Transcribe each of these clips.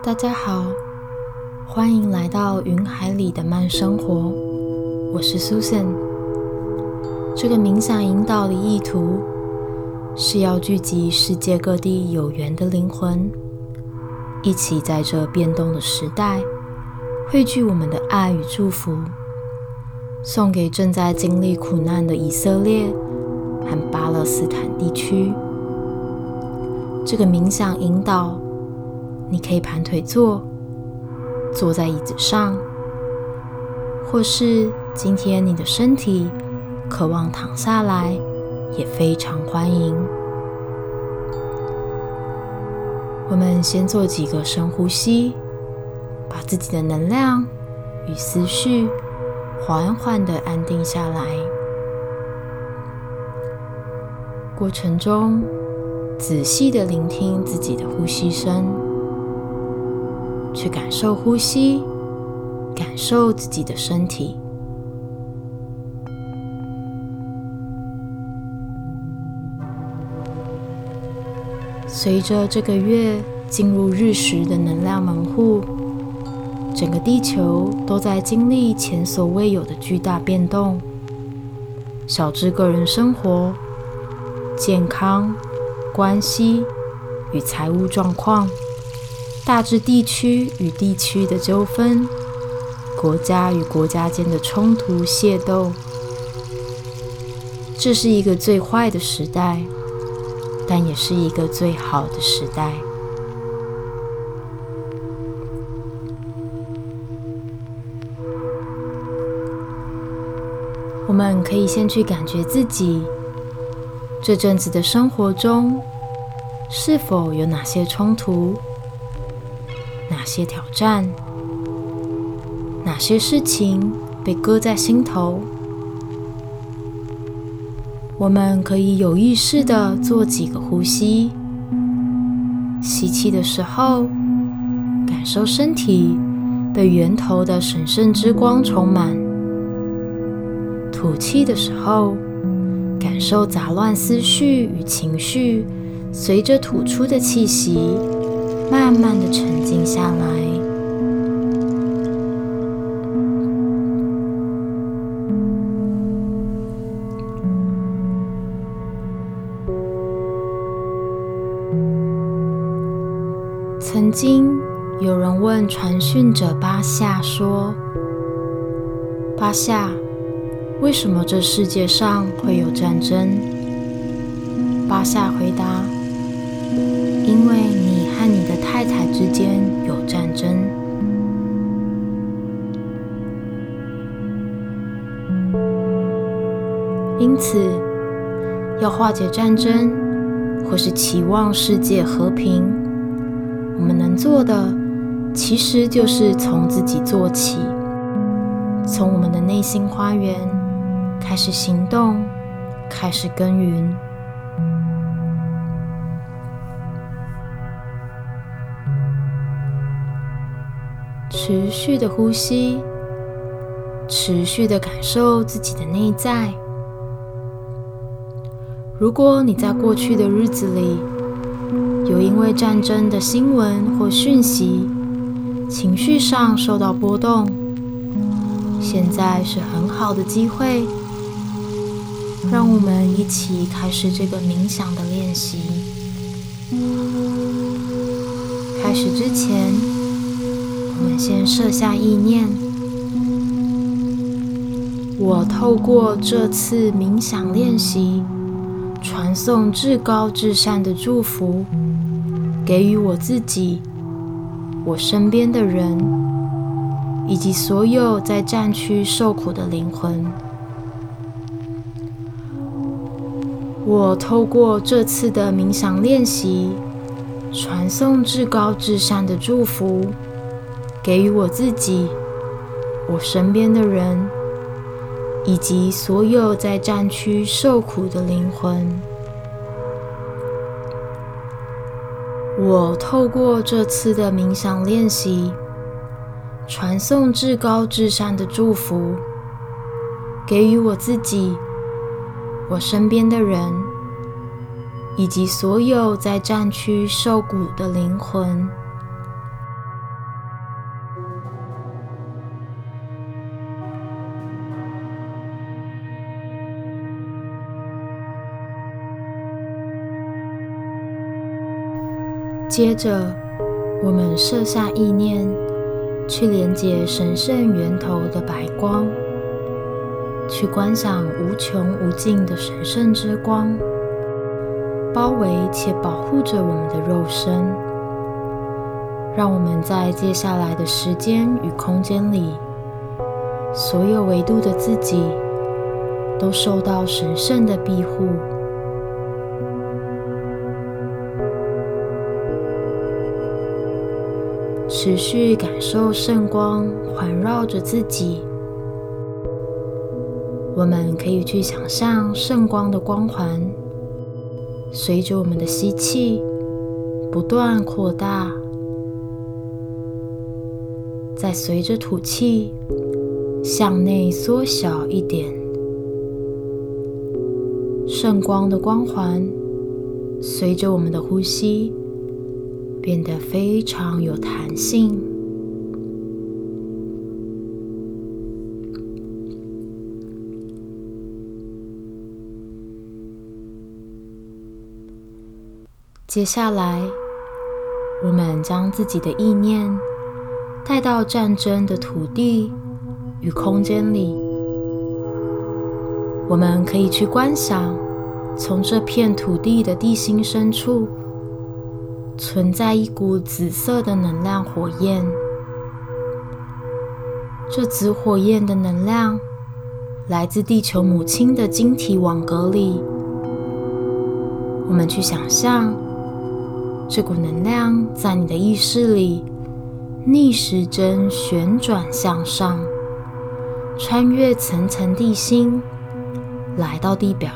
大家好，欢迎来到云海里的慢生活，我是 Susan。这个冥想引导的意图是要聚集世界各地有缘的灵魂，一起在这变动的时代汇聚我们的爱与祝福，送给正在经历苦难的以色列和巴勒斯坦地区。这个冥想引导你可以盘腿坐在椅子上，或是今天你的身体渴望躺下来，也非常欢迎。我们先做几个深呼吸，把自己的能量与思绪缓缓地安定下来。过程中仔细地聆听自己的呼吸声，去感受呼吸，感受自己的身体。随着这个月进入日食的能量门户，整个地球都在经历前所未有的巨大变动，小至个人生活、健康、关系与财务状况，大至地区与地区的纠纷，国家与国家间的冲突械斗。这是一个最坏的时代，但也是一个最好的时代。我们可以先去感觉自己这阵子的生活中是否有哪些冲突，哪些挑战，哪些事情被搁在心头。我们可以有意识地做几个呼吸，吸气的时候感受身体被源头的神圣之光充满，吐气的时候感受杂乱思绪与情绪随着吐出的气息慢慢地沉静下来。曾经有人问传讯者巴夏说：巴夏，为什么这世界上会有战争？巴夏回答：因为你和你的太太之间有战争。因此，要化解战争，或是期望世界和平，我们能做的其实就是从自己做起，从我们的内心花园开始行动，开始耕耘。持续的呼吸，持续的感受自己的内在。如果你在过去的日子里有因为战争的新闻或讯息，情绪上受到波动，现在是很好的机会，让我们一起开始这个冥想的练习。开始之前，我们先设下意念：我透过这次冥想练习，传送至高至善的祝福，给予我自己、我身边的人，以及所有在战区受苦的灵魂。我透过这次的冥想练习，传送至高至善的祝福，给予我自己、我身边的人，以及所有在战区受苦的灵魂。我透过这次的冥想练习，传送至高至善的祝福，给予我自己、我身边的人，以及所有在战区受苦的灵魂。 接着，我们设下意念，去连接神圣源头的白光，去观想无穷无尽的神圣之光，包围且保护着我们的肉身，让我们在接下来的时间与空间里，所有维度的自己都受到神圣的庇护。持续感受圣光环绕着自己。我们可以去想象圣光的光环随着我们的吸气不断扩大，再随着吐气向内缩小一点。圣光的光环随着我们的呼吸变得非常有弹性。接下来，我们将自己的意念带到战争的土地与空间里。我们可以去观想，从这片土地的地心深处存在一股紫色的能量火焰。这紫火焰的能量来自地球母亲的晶体网格里。我们去想象这股能量在你的意识里逆时针旋转向上，穿越层层地心，来到地表。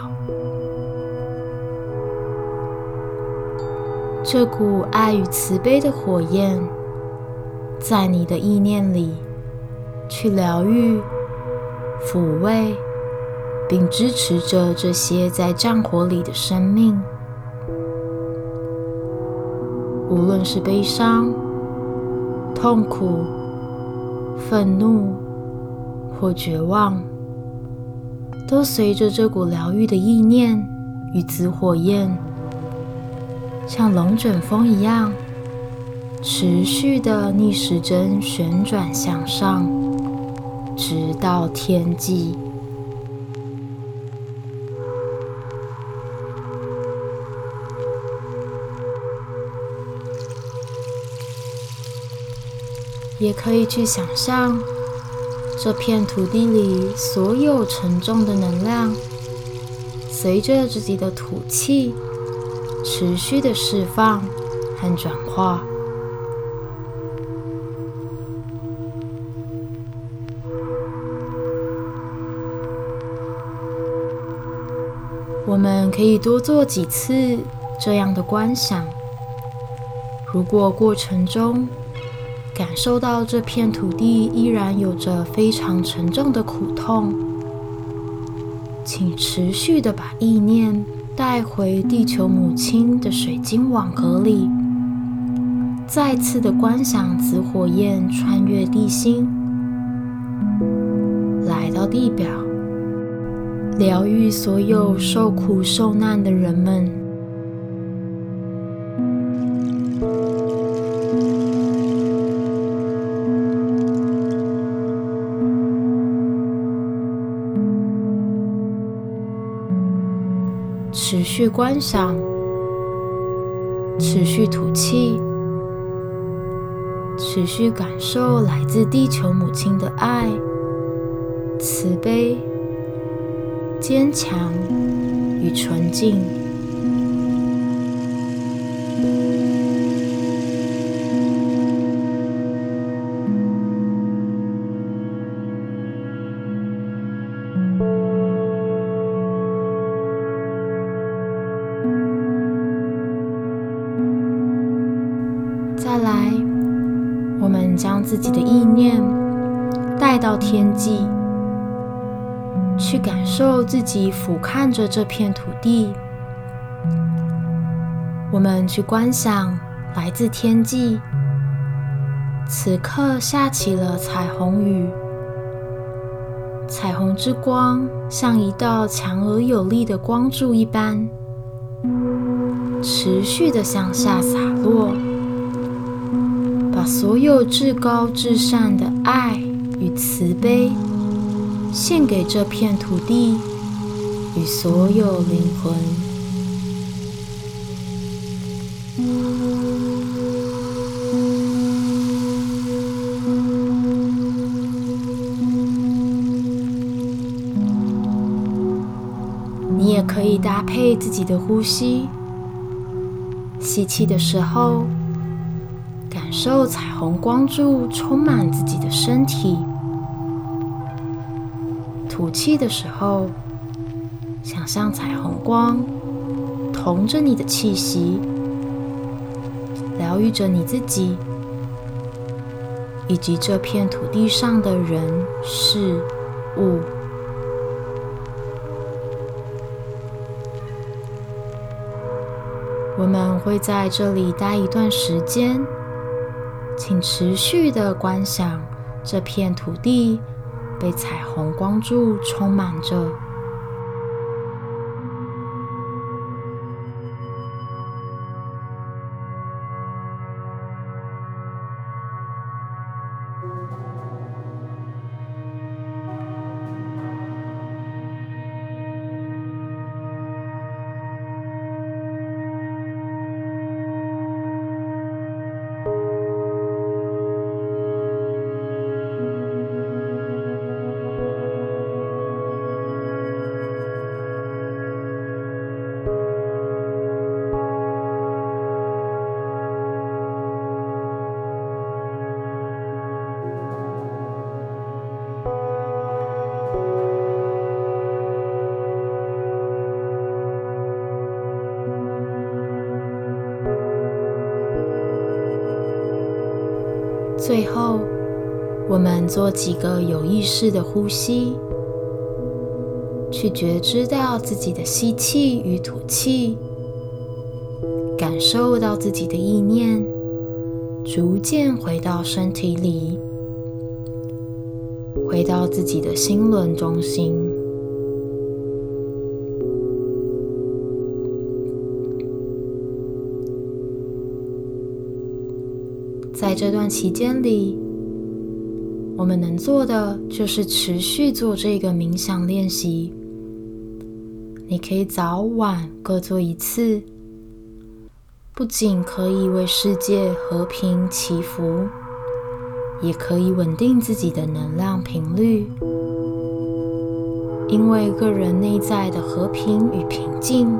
这股爱与慈悲的火焰在你的意念里去疗愈、抚慰并支持着这些在战火里的生命。无论是悲伤、痛苦、愤怒或绝望，都随着这股疗愈的意念与紫火焰，像龙卷风一样，持续的逆时针旋转向上，直到天际。也可以去想象这片土地里所有沉重的能量，随着自己的吐气持续的释放和转化。我们可以多做几次这样的观想。如果过程中感受到这片土地依然有着非常沉重的苦痛，请持续的把意念带回地球母亲的水晶网格里，再次的观想紫火焰穿越地心，来到地表，疗愈所有受苦受难的人们。持续观想，持续吐气，持续感受来自地球母亲的爱、慈悲、坚强与纯净。再来，我们将自己的意念带到天际，去感受自己俯瞰着这片土地。我们去观想来自天际，此刻下起了彩虹雨，彩虹之光像一道强而有力的光柱一般，持续的向下洒落。 所有至高至善的爱与慈悲献给这片土地与所有灵魂。你也可以搭配自己的呼吸，吸气的时候，感受彩虹光柱充满自己的身体；吐气的时候，想象彩虹光同着你的气息，疗愈着你自己，以及这片土地上的人事物。我们会在这里待一段时间，请持续的观想这片土地被彩虹光柱充满着。最后，我们做几个有意识的呼吸，去觉知到自己的吸气与吐气，感受到自己的意念逐渐回到身体里，回到自己的心轮中心。在这段期间里，我们能做的就是持续做这个冥想练习。你可以早晚各做一次，不仅可以为世界和平祈福，也可以稳定自己的能量频率。因为个人内在的和平与平静，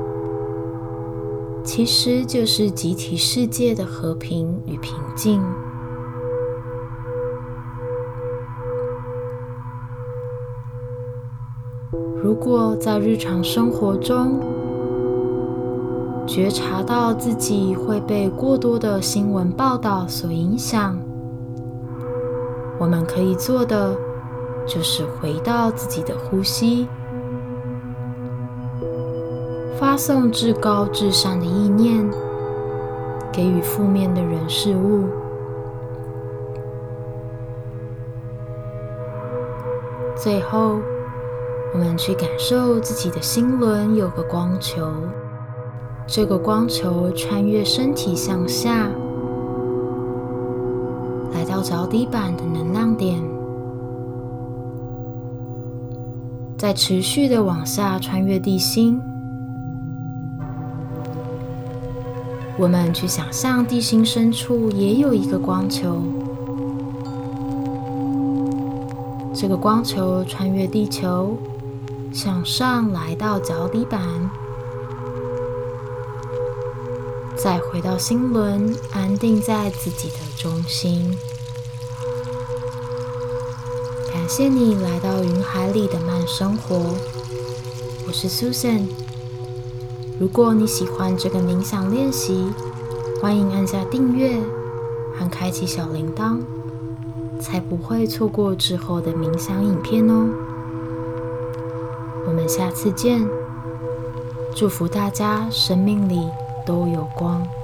其实就是集体世界的和平与平静。如果在日常生活中觉察到自己会被过多的新闻报道所影响，我们可以做的就是回到自己的呼吸，发送至高至善的意念给予负面的人事物。最后，我们去感受自己的心轮有个光球，这个光球穿越身体向下，来到脚底板的能量点，再持续的往下穿越地心。我们去想象地心深处也有一个光球，这个光球穿越地球，向上来到脚底板，再回到心轮，安定在自己的中心。感谢你来到云海里的慢生活，我是 Susan。如果你喜欢这个冥想练习，欢迎按下订阅和开启小铃铛，才不会错过之后的冥想影片哦。我们下次见，祝福大家生命里都有光。